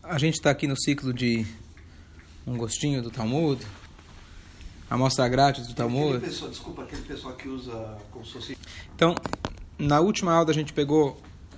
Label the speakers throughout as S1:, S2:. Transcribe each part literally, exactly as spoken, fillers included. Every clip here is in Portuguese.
S1: A gente está aqui no ciclo de um gostinho do Talmud, amostra grátis do Talmud.
S2: Aquele pessoal, desculpa, aquele pessoal que usa como se fosse...
S1: Então, na última aula a gente pegou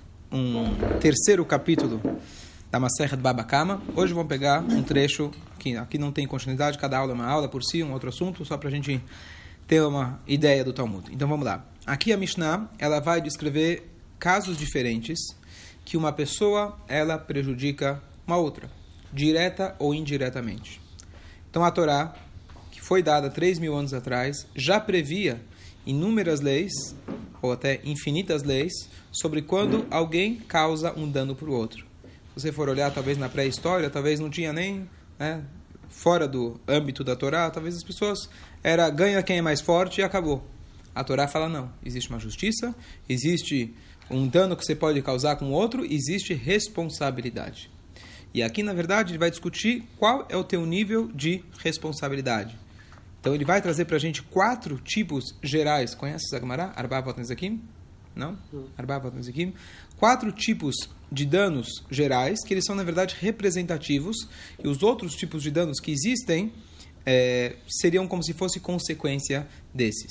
S1: um terceiro capítulo da Masechet Baba Kama. Hoje vamos pegar um trecho que aqui não tem continuidade, cada aula é uma aula por si, um outro assunto, só para a gente ter uma ideia do Talmud. Então vamos lá. Aqui a Mishnah, ela vai descrever casos diferentes que uma pessoa, ela prejudica uma outra, direta ou indiretamente. Então a Torá, que foi dada três mil anos atrás, já previa inúmeras leis, ou até infinitas leis, sobre quando alguém causa um dano para o outro. Se você for olhar, talvez na pré-história, talvez não tinha nem, né, fora do âmbito da Torá, talvez as pessoas, era ganha quem é mais forte e acabou. A Torá fala não, existe uma justiça, existe um dano que você pode causar com o outro, existe responsabilidade. E aqui, na verdade, ele vai discutir qual é o teu nível de responsabilidade. Então, ele vai trazer para a gente quatro tipos gerais. Conhece essa Gemara? Arba Avot Nezakim? Não? Arba Avot Nezakim. Quatro tipos de danos gerais, que eles são, na verdade, representativos. E os outros tipos de danos que existem é, seriam como se fosse consequência desses.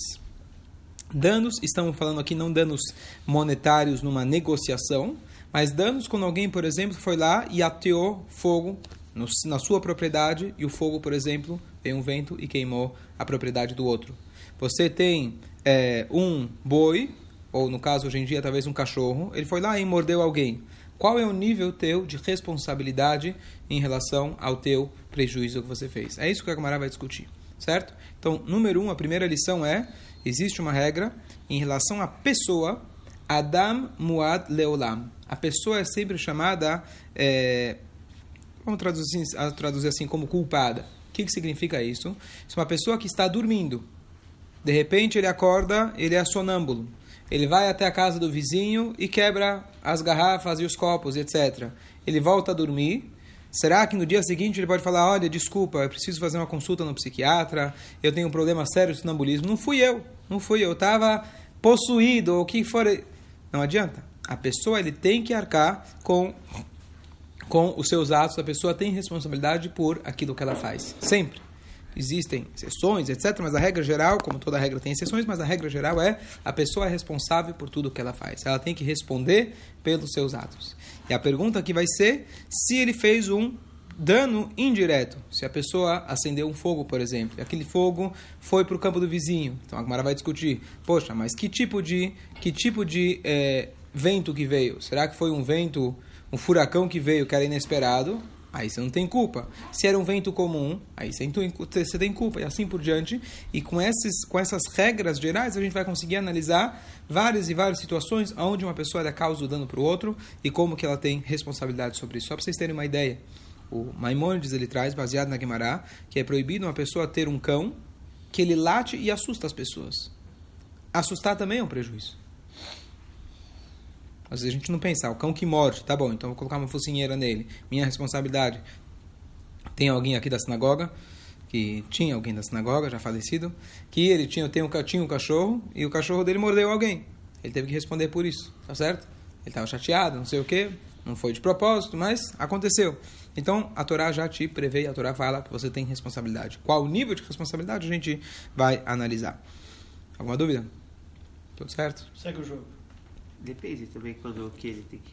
S1: Danos, estamos falando aqui não danos monetários numa negociação, mas danos quando alguém, por exemplo, foi lá e ateou fogo no, na sua propriedade e o fogo, por exemplo, veio um vento e queimou a propriedade do outro. Você tem é, um boi, ou no caso hoje em dia talvez um cachorro, ele foi lá e mordeu alguém. Qual é o nível teu de responsabilidade em relação ao teu prejuízo que você fez? É isso que a Gemara vai discutir, certo? Então, número um, a primeira lição é, existe uma regra em relação à pessoa, Adam Muad Leolam. A pessoa é sempre chamada, é, vamos traduzir, traduzir assim, como culpada. O que, que significa isso? Isso é uma pessoa que está dormindo. De repente ele acorda, ele é sonâmbulo. Ele vai até a casa do vizinho e quebra as garrafas e os copos, etcétera. Ele volta a dormir. Será que no dia seguinte ele pode falar, olha, desculpa, eu preciso fazer uma consulta no psiquiatra, eu tenho um problema sério de sonambulismo? Não fui eu, não fui eu, eu estava possuído, ou o que for. Não adianta. A pessoa ele tem que arcar com, com os seus atos, a pessoa tem responsabilidade por aquilo que ela faz. Sempre. Existem exceções, etcétera. Mas a regra geral, como toda regra tem exceções, mas a regra geral é a pessoa é responsável por tudo que ela faz. Ela tem que responder pelos seus atos. E a pergunta aqui vai ser se ele fez um dano indireto. Se a pessoa acendeu um fogo, por exemplo, e aquele fogo foi para o campo do vizinho. Então a Gemara vai discutir, poxa, mas que tipo de, que tipo de é, vento que veio? Será que foi um vento, um furacão que veio que era inesperado? Aí você não tem culpa. Se era um vento comum, aí você tem culpa, e assim por diante. E com, esses, com essas regras gerais, a gente vai conseguir analisar várias e várias situações onde uma pessoa causa o dano para o outro e como que ela tem responsabilidade sobre isso. Só para vocês terem uma ideia, o Maimônides ele traz, baseado na Guimará, que é proibido uma pessoa ter um cão que ele late e assusta as pessoas. Assustar também é um prejuízo. Às vezes a gente não pensa, o cão que morde, tá bom, então vou colocar uma focinheira nele, minha responsabilidade. Tem alguém aqui da sinagoga, que tinha alguém da sinagoga, já falecido, que ele tinha, tem um, tinha um cachorro, e o cachorro dele mordeu alguém. Ele teve que responder por isso, tá certo? Ele estava chateado, não sei o quê, não foi de propósito, mas aconteceu. Então, a Torá já te prevê, a Torá fala que você tem responsabilidade. Qual o nível de responsabilidade a gente vai analisar. Alguma dúvida? Tudo certo?
S3: Segue o jogo.
S2: Depende também quando que ele tem que...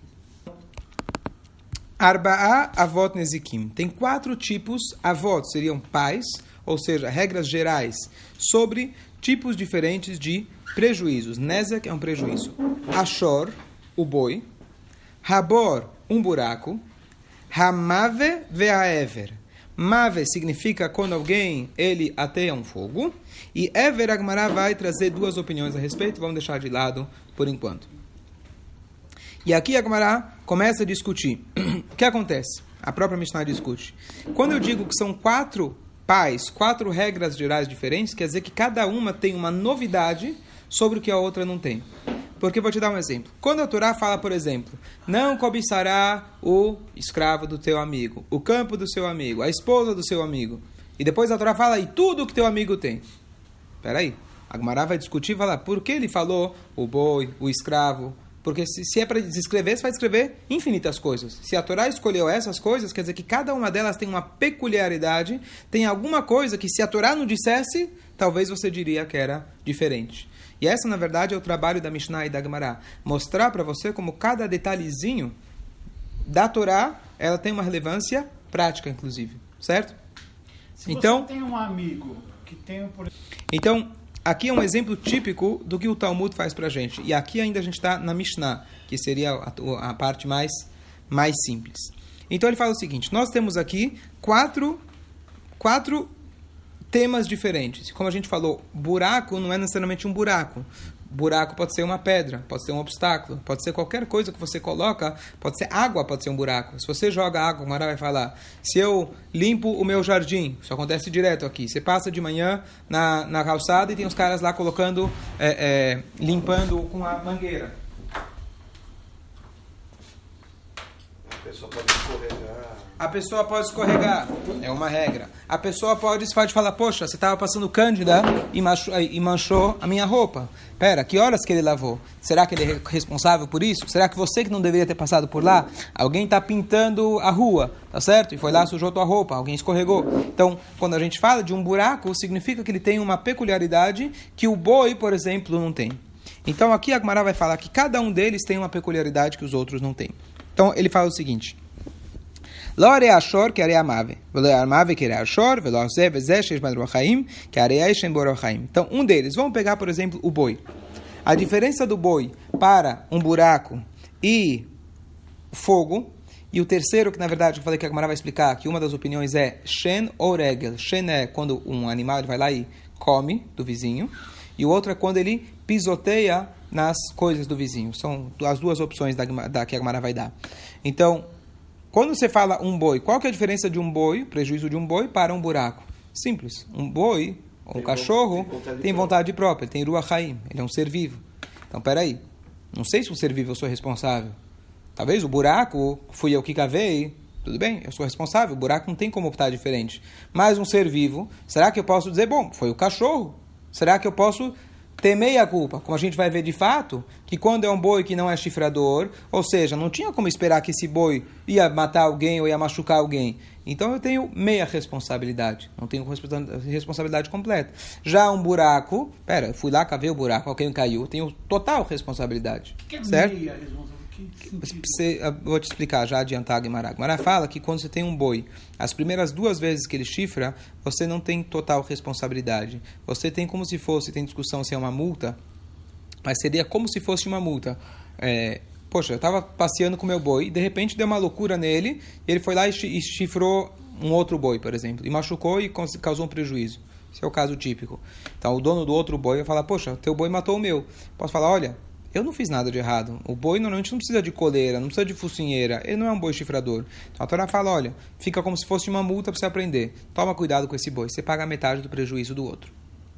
S1: Arba'a avot nezikim. Tem quatro tipos, avot seriam pais, ou seja, regras gerais sobre tipos diferentes de prejuízos. Nezek é um prejuízo. Ashor, o boi. Habor, um buraco. Hamave ve'aever. Mave significa quando alguém ele ateia um fogo. E Ever, a Gemara vai trazer duas opiniões a respeito, vamos deixar de lado por enquanto. E aqui a Gemara começa a discutir. O que acontece? A própria Mishnah discute. Quando eu digo que são quatro pais, quatro regras gerais diferentes, quer dizer que cada uma tem uma novidade sobre o que a outra não tem. Porque vou te dar um exemplo. Quando a Torá fala, por exemplo, não cobiçará o escravo do teu amigo, o campo do seu amigo, a esposa do seu amigo. E depois a Torá fala, e tudo que teu amigo tem. Espera aí. A Gemara vai discutir e falar, por que ele falou o boi, o escravo, Porque se, se é para descrever, você vai descrever infinitas coisas. Se a Torá escolheu essas coisas, quer dizer que cada uma delas tem uma peculiaridade, tem alguma coisa que se a Torá não dissesse, talvez você diria que era diferente. E essa, na verdade, é o trabalho da Mishnah e da Gemara. Mostrar para você como cada detalhezinho da Torá, ela tem uma relevância prática, inclusive. Certo?
S3: Se
S1: então,
S3: você tem um amigo que tem um...
S1: Então, aqui é um exemplo típico do que o Talmud faz para a gente. E aqui ainda a gente está na Mishnah, que seria a, a parte mais, mais simples. Então ele fala o seguinte, nós temos aqui quatro, quatro temas diferentes. Como a gente falou, buraco não é necessariamente um buraco. Buraco pode ser uma pedra, pode ser um obstáculo, pode ser qualquer coisa que você coloca, pode ser água, pode ser um buraco. Se você joga água, o Mará vai falar, se eu limpo o meu jardim, isso acontece direto aqui, você passa de manhã na, na calçada e tem os caras lá colocando, é, é, limpando com a mangueira.
S2: A pessoa pode escorregar.
S1: A pessoa pode escorregar, é uma regra. A pessoa pode, pode falar, poxa, você estava passando cândida e manchou, e manchou a minha roupa. Pera, que horas que ele lavou? Será que ele é responsável por isso? Será que você que não deveria ter passado por lá? Alguém está pintando a rua, tá certo? E foi lá, sujou tua roupa, alguém escorregou. Então, quando a gente fala de um buraco, significa que ele tem uma peculiaridade que o boi, por exemplo, não tem. Então, aqui a Gemara vai falar que cada um deles tem uma peculiaridade que os outros não têm. Então, ele fala o seguinte... Lo arei ashor que arei amave, velo amave que arei ashor, velo azeh vezeh sheish ben rochaim, que arei shem borochaim. Então, um deles, vamos pegar, por exemplo, o boi. A diferença do boi para um buraco e fogo, e o terceiro, que na verdade eu falei que a Gemara vai explicar, que uma das opiniões é shen ou regel. Shen é quando um animal ele vai lá e come do vizinho, e o outro é quando ele pisoteia nas coisas do vizinho. São as duas opções da, da, que a Gemara vai dar. Então, quando você fala um boi, qual que é a diferença de um boi, prejuízo de um boi, para um buraco? Simples. Um boi, ou um tem cachorro, tem vontade, tem vontade própria, ele tem ruach haim, ele é um ser vivo. Então, peraí, não sei se um ser vivo eu sou responsável. Talvez o buraco fui eu que cavei, tudo bem, eu sou responsável, o buraco não tem como optar diferente. Mas um ser vivo, será que eu posso dizer, bom, foi o cachorro? Será que eu posso... temei a culpa, como a gente vai ver de fato, que quando é um boi que não é chifrador, ou seja, não tinha como esperar que esse boi ia matar alguém ou ia machucar alguém. Então eu tenho meia responsabilidade, não tenho responsabilidade completa. Já um buraco, pera, eu fui lá, cavei o buraco, alguém caiu, tenho total responsabilidade.
S3: Que
S1: certo?
S3: Meia responsabilidade?
S1: Você, vou te explicar, já adiantar a Gemara. A Gemara fala que quando você tem um boi, as primeiras duas vezes que ele chifra, você não tem total responsabilidade. Você tem como se fosse, tem discussão se é uma multa, mas seria como se fosse uma multa. É, poxa, eu estava passeando com o meu boi, e de repente deu uma loucura nele, e ele foi lá e chifrou um outro boi, por exemplo, e machucou e causou um prejuízo. Esse é o caso típico. Então o dono do outro boi vai falar, poxa, teu boi matou o meu. Posso falar, olha... eu não fiz nada de errado. O boi normalmente não precisa de coleira, não precisa de focinheira. Ele não é um boi chifrador. Então a Torá fala, olha, fica como se fosse uma multa para você aprender. Toma cuidado com esse boi. Você paga a metade do prejuízo do outro.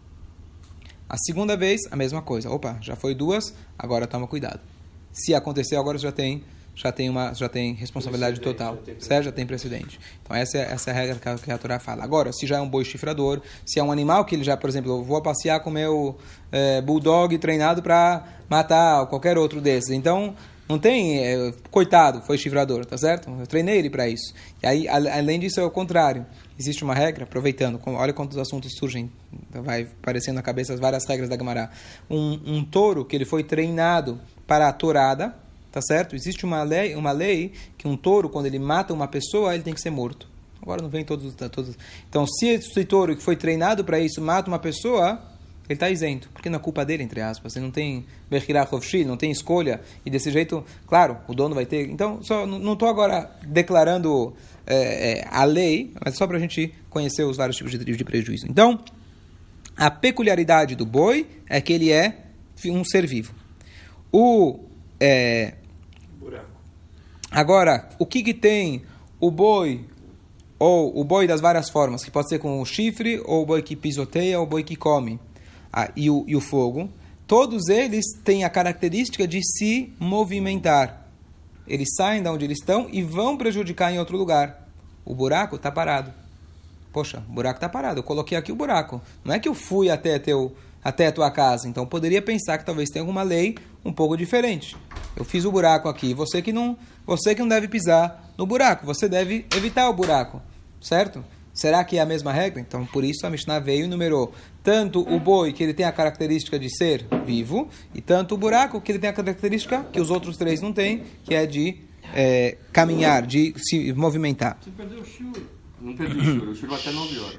S1: A segunda vez, a mesma coisa. Opa, já foi duas, agora toma cuidado. Se acontecer, agora você já tem, já tem, uma, já tem responsabilidade precedente, total. Já tem, certo? Já tem precedente. Então essa é, essa é a regra que a, que a Torá fala. Agora, se já é um boi chifrador, se é um animal que ele já, por exemplo, eu vou passear com o meu é, bulldog treinado para matar qualquer outro desses. Então, não tem... É, coitado, foi chifrador, tá certo? Eu treinei ele para isso. E aí, além disso, é o contrário. Existe uma regra, aproveitando, olha quantos assuntos surgem, vai aparecendo na cabeça as várias regras da Gemara. Um, um touro que ele foi treinado para a tourada, tá certo? Existe uma lei, uma lei que um touro, quando ele mata uma pessoa, ele tem que ser morto. Agora não vem todos... todos. Então, se esse touro que foi treinado para isso mata uma pessoa... ele está isento, porque não é culpa dele, entre aspas. Ele não tem Bechirah Hofshi, não tem escolha. E desse jeito, claro, o dono vai ter... Então, só, não estou agora declarando é, é, a lei, mas só para a gente conhecer os vários tipos de, de prejuízo. Então, a peculiaridade do boi é que ele é um ser vivo. O... É,
S2: buraco.
S1: Agora, o que, que tem o boi... ou o boi das várias formas, que pode ser com o chifre, ou o boi que pisoteia, ou o boi que come, ah, e, o, e o fogo, todos eles têm a característica de se movimentar. Eles saem de onde eles estão e vão prejudicar em outro lugar. O buraco está parado. Poxa, o buraco está parado, eu coloquei aqui o buraco. Não é que eu fui até, teu, até a tua casa. Então, poderia pensar que talvez tenha alguma lei um pouco diferente. eu fiz o buraco aqui, você que não, você que não deve pisar no buraco, você deve evitar o buraco, certo? Será que é a mesma regra? Então, por isso a Mishnah veio e numerou tanto o boi, que ele tem a característica de ser vivo, e tanto o buraco, que ele tem a característica que os outros três não têm, que é de é, caminhar, de se movimentar.
S4: Você perdeu o shiur. Não perdi o shiur, o shiur vai até nove horas.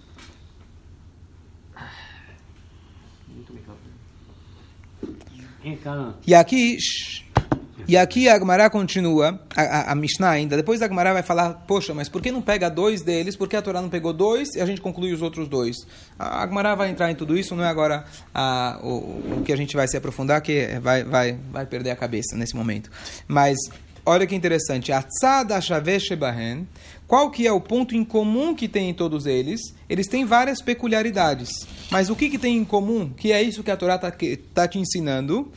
S4: Muito obrigado.
S1: E aqui... Shh, E aqui a Gemara continua, a, a, a Mishnah ainda, depois a Gemara vai falar, poxa, mas por que não pega dois deles? Por que a Torá não pegou dois e a gente conclui os outros dois? A, a Gemara vai entrar em tudo isso, não é agora a, o, o que a gente vai se aprofundar, que vai, vai, vai perder a cabeça nesse momento. Mas, olha que interessante, Atzad Ashaveh Shebahen, qual que é o ponto em comum que tem em todos eles? Eles têm várias peculiaridades, mas o que, que tem em comum? Que é isso que a Torá está tá te ensinando?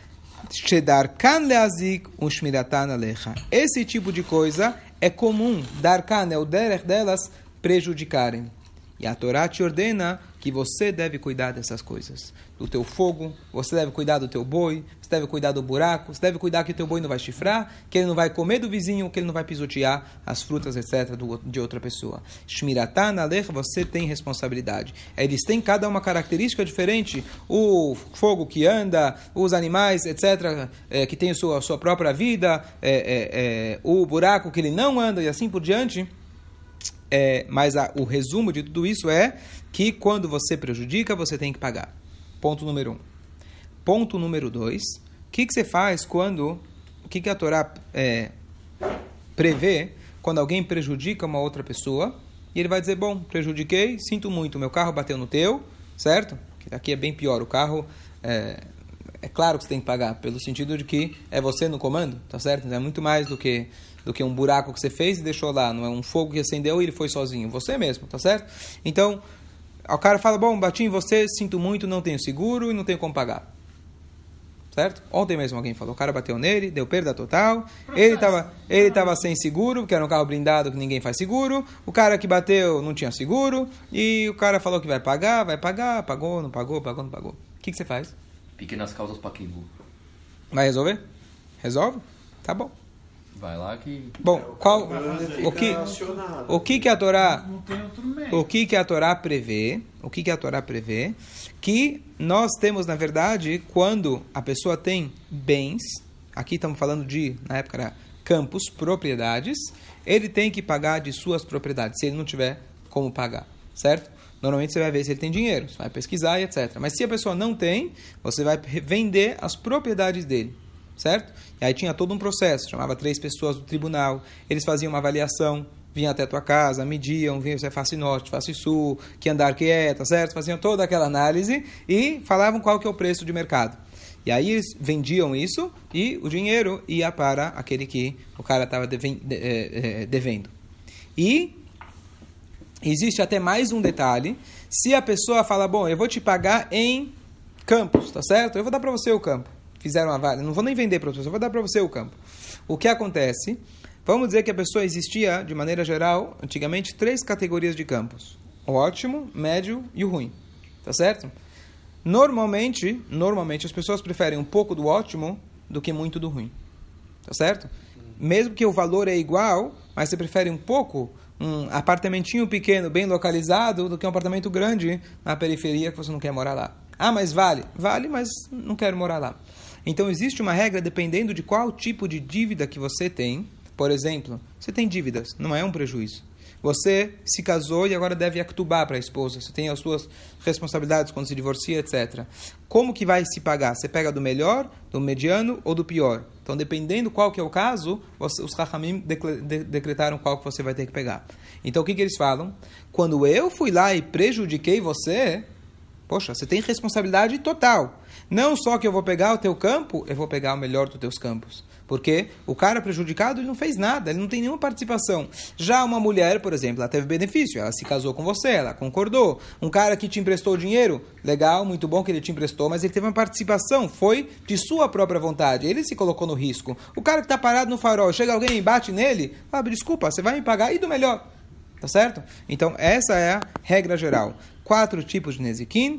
S1: Esse tipo de coisa é comum, darkan é o derech delas prejudicarem. E a Torá te ordena que você deve cuidar dessas coisas. Do teu fogo, você deve cuidar do teu boi, você deve cuidar do buraco, você deve cuidar que o teu boi não vai chifrar, que ele não vai comer do vizinho, que ele não vai pisotear as frutas, etcétera, do, de outra pessoa. Shmiratan alech, você tem responsabilidade. Eles têm cada uma característica diferente. O fogo que anda, os animais, etcétera, é, que tem a sua, a sua própria vida, é, é, é, o buraco que ele não anda e assim por diante. É, mas a, o resumo de tudo isso é que quando você prejudica, você tem que pagar. Ponto número um. Ponto número dois. O que, que você faz quando... O que, que a Torá é, prevê quando alguém prejudica uma outra pessoa e ele vai dizer, bom, prejudiquei, sinto muito, meu carro bateu no teu, certo? Aqui é bem pior, o carro... É, é claro que você tem que pagar, pelo sentido de que é você no comando, tá certo? Então é muito mais do que... do que um buraco que você fez e deixou lá, não é um fogo que acendeu e ele foi sozinho, você mesmo, tá certo? Então, o cara fala, bom, bati em você, sinto muito, não tenho seguro e não tenho como pagar. Certo? Ontem mesmo alguém falou, o cara bateu nele, deu perda total, ele estava ele tava sem seguro, porque era um carro blindado que ninguém faz seguro, o cara que bateu não tinha seguro, e o cara falou que vai pagar, vai pagar, pagou, não pagou, pagou, não pagou. O que, que você faz?
S4: Pequenas causas para quem?
S1: Vai resolver? Resolve? Tá bom.
S4: Vai lá que...
S1: Bom, qual, o que, o que que a Torá,
S3: Não tem outro meio.
S1: o que que a Torá prevê, o que que a Torá prevê, que nós temos, na verdade, quando a pessoa tem bens, aqui estamos falando de, na época era campos, propriedades, ele tem que pagar de suas propriedades, se ele não tiver como pagar, certo? Normalmente você vai ver se ele tem dinheiro, você vai pesquisar e etcétera. Mas se a pessoa não tem, você vai vender as propriedades dele. Certo? E aí tinha todo um processo, chamava três pessoas do tribunal, eles faziam uma avaliação, vinham até a tua casa, mediam, viam se é face norte, face sul, que andar que é, tá certo? Faziam toda aquela análise e falavam qual que é o preço de mercado. E aí eles vendiam isso e o dinheiro ia para aquele que o cara estava devendo. E existe até mais um detalhe, se a pessoa fala, bom, eu vou te pagar em campos, tá certo? Eu vou dar para você o campo. Fizeram uma vale, não vou nem vender para você, eu vou dar para você o campo. O que acontece? Vamos dizer que a pessoa existia, de maneira geral, antigamente, três categorias de campos. O ótimo, médio e o ruim. Tá certo? Normalmente, normalmente as pessoas preferem um pouco do ótimo do que muito do ruim. Tá certo? Mesmo que o valor é igual, mas você prefere um pouco, um apartamentinho pequeno, bem localizado, do que um apartamento grande na periferia que você não quer morar lá. Ah, mas vale? Vale, mas não quero morar lá. Então, existe uma regra dependendo de qual tipo de dívida que você tem. Por exemplo, você tem dívidas, não é um prejuízo. Você se casou e agora deve actubar para a esposa. Você tem as suas responsabilidades quando se divorcia, etcétera. Como que vai se pagar? Você pega do melhor, do mediano ou do pior? Então, dependendo qual que é o caso, os Chachamim decretaram qual que você vai ter que pegar. Então, o que, que eles falam? Quando eu fui lá e prejudiquei você, poxa, você tem responsabilidade total. Não só que eu vou pegar o teu campo, eu vou pegar o melhor dos teus campos. Porque o cara prejudicado, ele não fez nada, ele não tem nenhuma participação. Já uma mulher, por exemplo, ela teve benefício, ela se casou com você, ela concordou. Um cara que te emprestou dinheiro, legal, muito bom que ele te emprestou, mas ele teve uma participação, foi de sua própria vontade, ele se colocou no risco. O cara que está parado no farol, chega alguém e bate nele, fala, desculpa, você vai me pagar e do melhor. Tá certo? Então, essa é a regra geral. Quatro tipos de nezikin.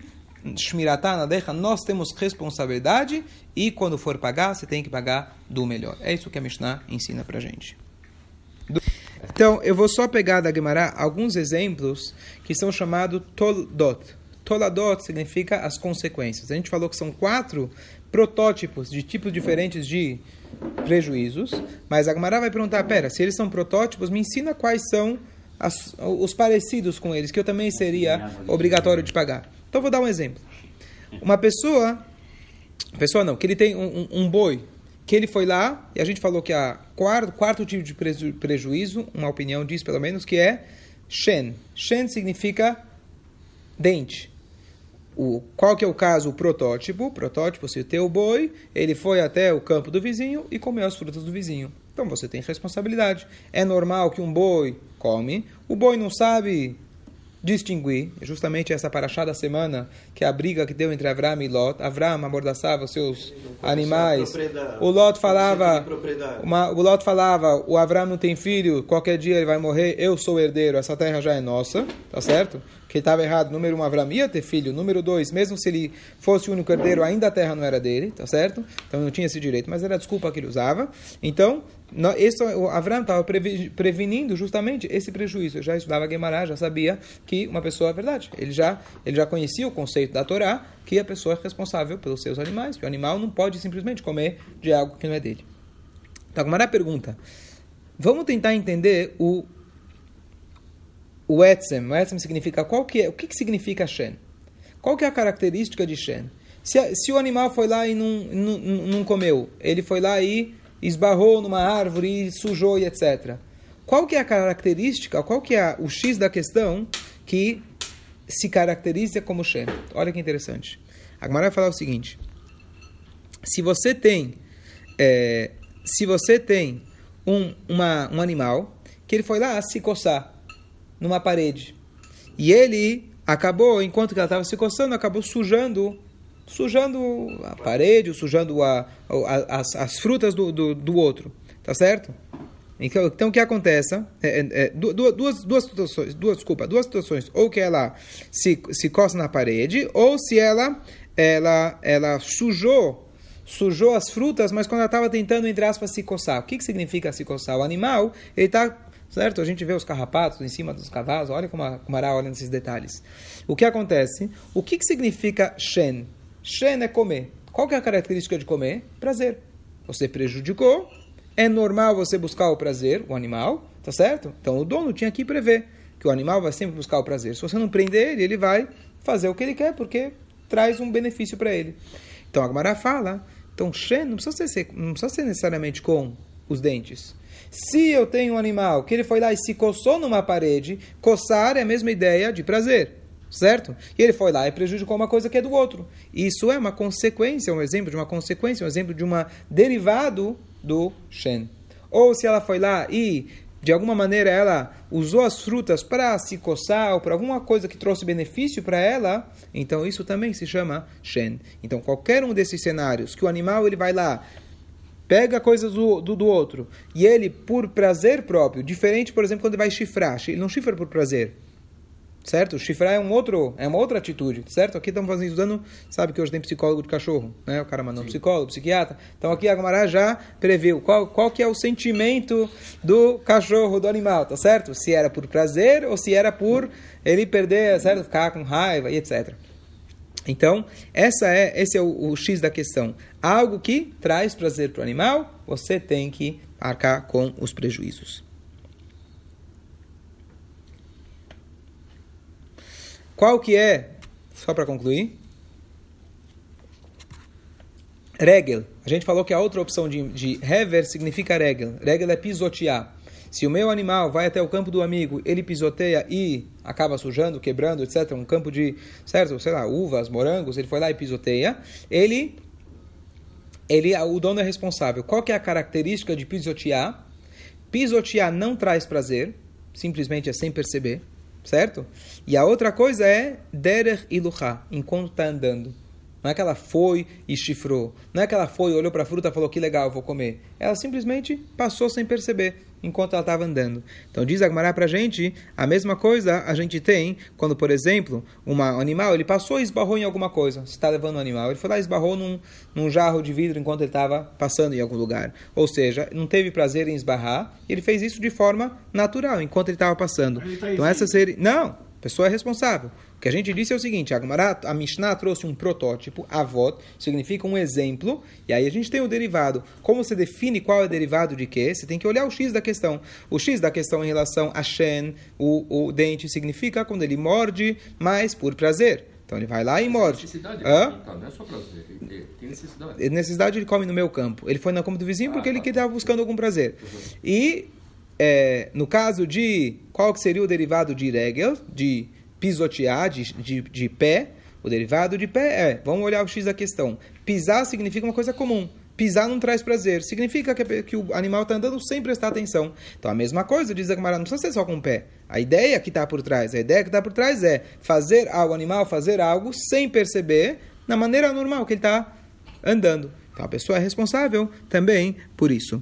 S1: Shmiratá nadecha, nós temos responsabilidade e quando for pagar, você tem que pagar do melhor. É isso que a Mishnah ensina pra gente. Então, eu vou só pegar da Gemara alguns exemplos que são chamados toldot. Toladot significa as consequências. A gente falou que são quatro protótipos de tipos diferentes de prejuízos, mas a Gemara vai perguntar, pera, se eles são protótipos, me ensina quais são as, os parecidos com eles, que eu também seria obrigatório de pagar. Então, vou dar um exemplo. Uma pessoa, pessoa não, que ele tem um, um, um boi, que ele foi lá, e a gente falou que a quarto, quarto tipo de preju, prejuízo, uma opinião diz pelo menos, que é shen. Shen significa dente. O, qual que é o caso? O protótipo. O protótipo, se tem o boi, ele foi até o campo do vizinho e comeu as frutas do vizinho. Então você tem responsabilidade. É normal que um boi come, o boi não sabe distinguir, justamente essa paraxá da semana, que é a briga que deu entre Avram e Lot. Avram amordaçava os seus animais. O Lot falava, uma, o Lot falava, o Avram não tem filho, qualquer dia ele vai morrer, eu sou herdeiro, essa terra já é nossa, tá certo? Que estava errado, número um, Avram ia ter filho, número dois, mesmo se ele fosse o único herdeiro, ainda a terra não era dele, tá certo? Então não tinha esse direito, mas era a desculpa que ele usava. Então, esse, o Avram estava prevenindo justamente esse prejuízo. Eu já estudava Guemará, já sabia que uma pessoa, é verdade, ele já, ele já conhecia o conceito da Torá, que a pessoa é responsável pelos seus animais, que o animal não pode simplesmente comer de algo que não é dele. Então, a Guemará pergunta, vamos tentar entender o O etzem, o etzem significa qual que é, o que, que significa Shen? Qual que é a característica de Shen? Se, se o animal foi lá e não, não, não comeu, ele foi lá e esbarrou numa árvore e sujou e etcétera. Qual que é a característica, qual que é o X da questão que se caracteriza como Shen? Olha que interessante. A Gemara vai falar o seguinte, se você tem, é, se você tem um, uma, um animal que ele foi lá se coçar numa parede. E ele acabou, enquanto que ela estava se coçando, acabou sujando, sujando a parede, sujando a, a, as, as frutas do, do, do outro. Tá certo? Então, então o que acontece? É, é, é, duas, duas situações, duas, desculpa, duas situações. Ou que ela se, se coça na parede, ou se ela, ela, ela sujou, sujou as frutas, mas quando ela estava tentando, entre aspas, se coçar. O que, que significa se coçar? O animal, ele está... Certo? A gente vê os carrapatos em cima dos cavalos. Olha como a Gemara olha nesses detalhes. O que acontece? O que, que significa Shen? Shen é comer. Qual que é a característica de comer? Prazer. Você prejudicou. É normal você buscar o prazer, o animal. Tá certo? Então o dono tinha que prever que o animal vai sempre buscar o prazer. Se você não prender ele, ele vai fazer o que ele quer, porque traz um benefício para ele. Então a Gemara fala, então Shen não precisa ser, não precisa ser necessariamente com os dentes. Se eu tenho um animal que ele foi lá e se coçou numa parede, coçar é a mesma ideia de prazer, certo? E ele foi lá e prejudicou uma coisa que é do outro. Isso é uma consequência, um exemplo de uma consequência, um exemplo de um derivado do Shen. Ou se ela foi lá e, de alguma maneira, ela usou as frutas para se coçar ou para alguma coisa que trouxe benefício para ela, então isso também se chama Shen. Então, qualquer um desses cenários que o animal ele vai lá, pega coisas do, do, do outro, e ele, por prazer próprio, diferente, por exemplo, quando ele vai chifrar, ele não chifra por prazer, certo? Chifrar é, um outro, é uma outra atitude, certo? Aqui estamos fazendo, estudando, sabe que hoje tem psicólogo de cachorro, né? O cara mandou um psicólogo, psiquiatra, então aqui a Gemara já previu qual, qual que é o sentimento do cachorro, do animal, tá certo? Se era por prazer, ou se era por ele perder, certo? Ficar com raiva e etcétera. Então, essa é, esse é o, o X da questão. Algo que traz prazer para o animal, você tem que arcar com os prejuízos. Qual que é, só para concluir, regel. A gente falou que a outra opção de, de hever significa regel. Regel é pisotear. Se o meu animal vai até o campo do amigo, ele pisoteia e acaba sujando, quebrando, etcétera, um campo de, certo, sei lá, uvas, morangos, ele foi lá e pisoteia, ele, ele, o dono é responsável. Qual que é a característica de pisotear? Pisotear não traz prazer, simplesmente é sem perceber, certo? E a outra coisa é derech iluchá, enquanto está andando. Não é que ela foi e chifrou. Não é que ela foi, olhou para a fruta e falou que legal, vou comer. Ela simplesmente passou sem perceber. enquanto ela estava andando. Então diz a Gemara pra gente, a mesma coisa a gente tem quando, por exemplo, um animal, ele passou e esbarrou em alguma coisa. Você está levando um animal, ele foi lá e esbarrou num, num jarro de vidro enquanto ele estava passando em algum lugar. Ou seja, não teve prazer em esbarrar, e ele fez isso de forma natural, enquanto ele estava passando.
S3: Ele tá
S1: Então essa seria... Não, a pessoa é responsável. O que a gente disse é o seguinte, a Gemara, a Mishnah trouxe um protótipo, avot, significa um exemplo, e aí a gente tem o derivado. Como você define qual é o derivado de quê? Você tem que olhar o X da questão. O X da questão em relação a Shen, o, o dente, significa quando ele morde, mas por prazer. Então ele vai lá e morde.
S4: Necessidade,
S1: Hã?
S4: Então, não é só prazer, ele tem necessidade.
S1: Necessidade ele come no meu campo. Ele foi na campo do vizinho porque
S4: Ah,
S1: ele
S4: tá.
S1: estava buscando algum prazer.
S4: Uhum.
S1: E é, no caso de qual que seria o derivado de regel, de pisotear, de, de, de pé, o derivado de pé é, vamos olhar o X da questão. Pisar significa uma coisa comum. Pisar não traz prazer. Significa que, que o animal está andando sem prestar atenção. Então a mesma coisa, diz a Gemara, não precisa ser só com o pé. A ideia que está por trás, a ideia que está por trás é fazer algo, o animal fazer algo sem perceber, na maneira normal que ele está andando. Então a pessoa é responsável também por isso.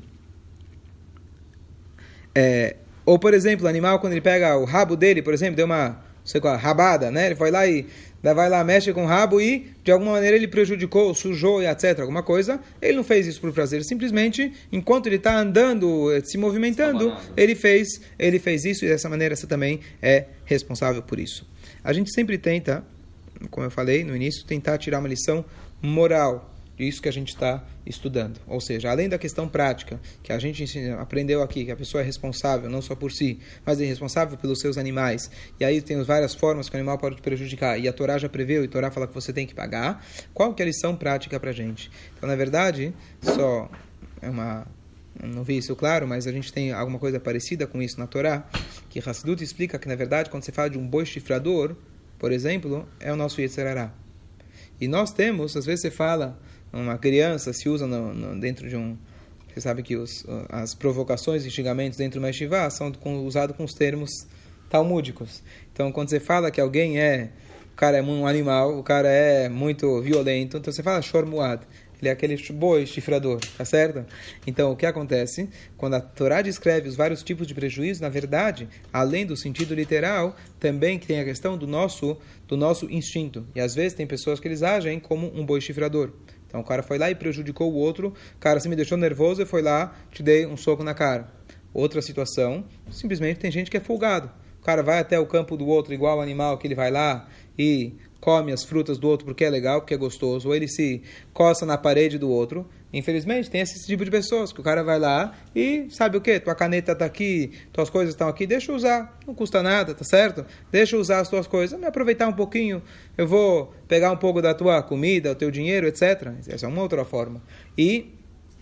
S1: É, ou, por exemplo, o animal, quando ele pega o rabo dele, por exemplo, deu uma, não sei qual, rabada, né? Ele foi lá e vai lá, mexe com o rabo e, de alguma maneira, ele prejudicou, sujou e etcétera. Alguma coisa. Ele não fez isso por prazer. Simplesmente, enquanto ele está andando, se movimentando, ele fez, ele fez isso e, dessa maneira, você também é responsável por isso. A gente sempre tenta, como eu falei no início, tentar tirar uma lição moral disso que a gente está estudando. Ou seja, além da questão prática, que a gente ensina, aprendeu aqui, que a pessoa é responsável, não só por si, mas é responsável pelos seus animais. E aí tem várias formas que o animal pode te prejudicar. E a Torá já preveu, e a Torá fala que você tem que pagar. Qual que é a lição prática para a gente? Então, na verdade, só é uma... Eu não vi isso claro, mas a gente tem alguma coisa parecida com isso na Torá, que Hassidut explica que, na verdade, quando você fala de um boi chifrador, por exemplo, é o nosso Yetzer Hará. E nós temos, às vezes você fala, uma criança se usa no, no, dentro de um... Você sabe que os, as provocações e xingamentos dentro de uma yeshivá são usados com os termos talmúdicos. Então, quando você fala que alguém é... O cara é um animal, o cara é muito violento, então você fala shor muad. Ele é aquele boi chifrador, tá certo? Então, o que acontece? Quando a Torá descreve os vários tipos de prejuízo, na verdade, além do sentido literal, também tem a questão do nosso, do nosso instinto. E às vezes tem pessoas que eles agem como um boi chifrador. Então, o cara foi lá e prejudicou o outro, o cara se me deixou nervoso e foi lá, te dei um soco na cara. Outra situação, simplesmente tem gente que é folgado. O cara vai até o campo do outro, igual o animal que ele vai lá e come as frutas do outro porque é legal, porque é gostoso, ou ele se coça na parede do outro. Infelizmente, tem esse tipo de pessoas, que o cara vai lá e, sabe o quê? Tua caneta está aqui, tuas coisas estão aqui, deixa eu usar, não custa nada, tá certo? Deixa eu usar as tuas coisas, me aproveitar um pouquinho, eu vou pegar um pouco da tua comida, o teu dinheiro, etcétera. Essa é uma outra forma. E,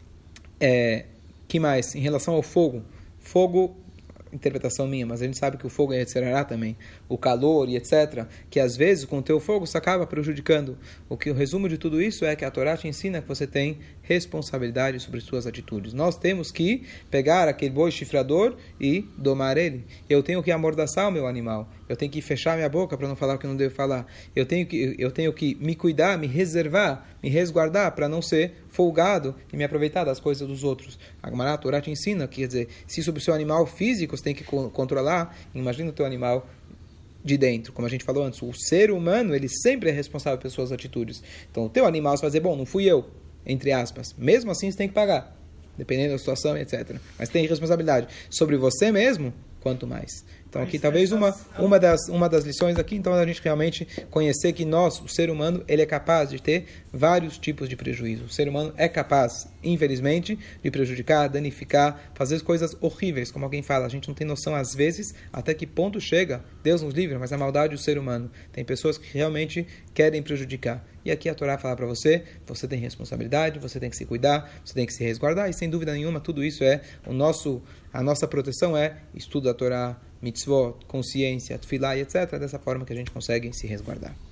S1: é, que mais? Em relação ao fogo, fogo... interpretação minha, mas a gente sabe que o fogo é Yetzer Hará também, o calor e etcétera, que às vezes com o teu fogo você acaba prejudicando. O que o resumo de tudo isso é que a Torá te ensina que você tem responsabilidade sobre suas atitudes. Nós temos que pegar aquele boi chifrador e domar ele. Eu tenho que amordaçar o meu animal. Eu tenho que fechar minha boca para não falar o que eu não devo falar. Eu tenho que, eu tenho que me cuidar, me reservar, me resguardar para não ser folgado e me aproveitar das coisas dos outros. A Gemara, a Torá te ensina, quer dizer, se sobre o seu animal físico você tem que controlar, imagina o teu animal de dentro, como a gente falou antes, o ser humano, ele sempre é responsável pelas suas atitudes. Então, o teu animal, você vai dizer, bom, não fui eu, entre aspas. Mesmo assim, você tem que pagar, dependendo da situação, etcétera. Mas tem responsabilidade sobre você mesmo, quanto mais. Então, aqui talvez uma, uma, das, uma das lições aqui, então, a gente realmente conhecer que nós, o ser humano, ele é capaz de ter vários tipos de prejuízo. O ser humano é capaz, infelizmente, de prejudicar, danificar, fazer coisas horríveis, como alguém fala. A gente não tem noção, às vezes, até que ponto chega, Deus nos livre, mas a maldade do ser humano. Tem pessoas que realmente querem prejudicar. E aqui a Torá fala para você, você tem responsabilidade, você tem que se cuidar, você tem que se resguardar, e sem dúvida nenhuma, tudo isso é o nosso, a nossa proteção é estudo da Torá, mitzvot, consciência, tefilá e etcétera. Dessa forma que a gente consegue se resguardar.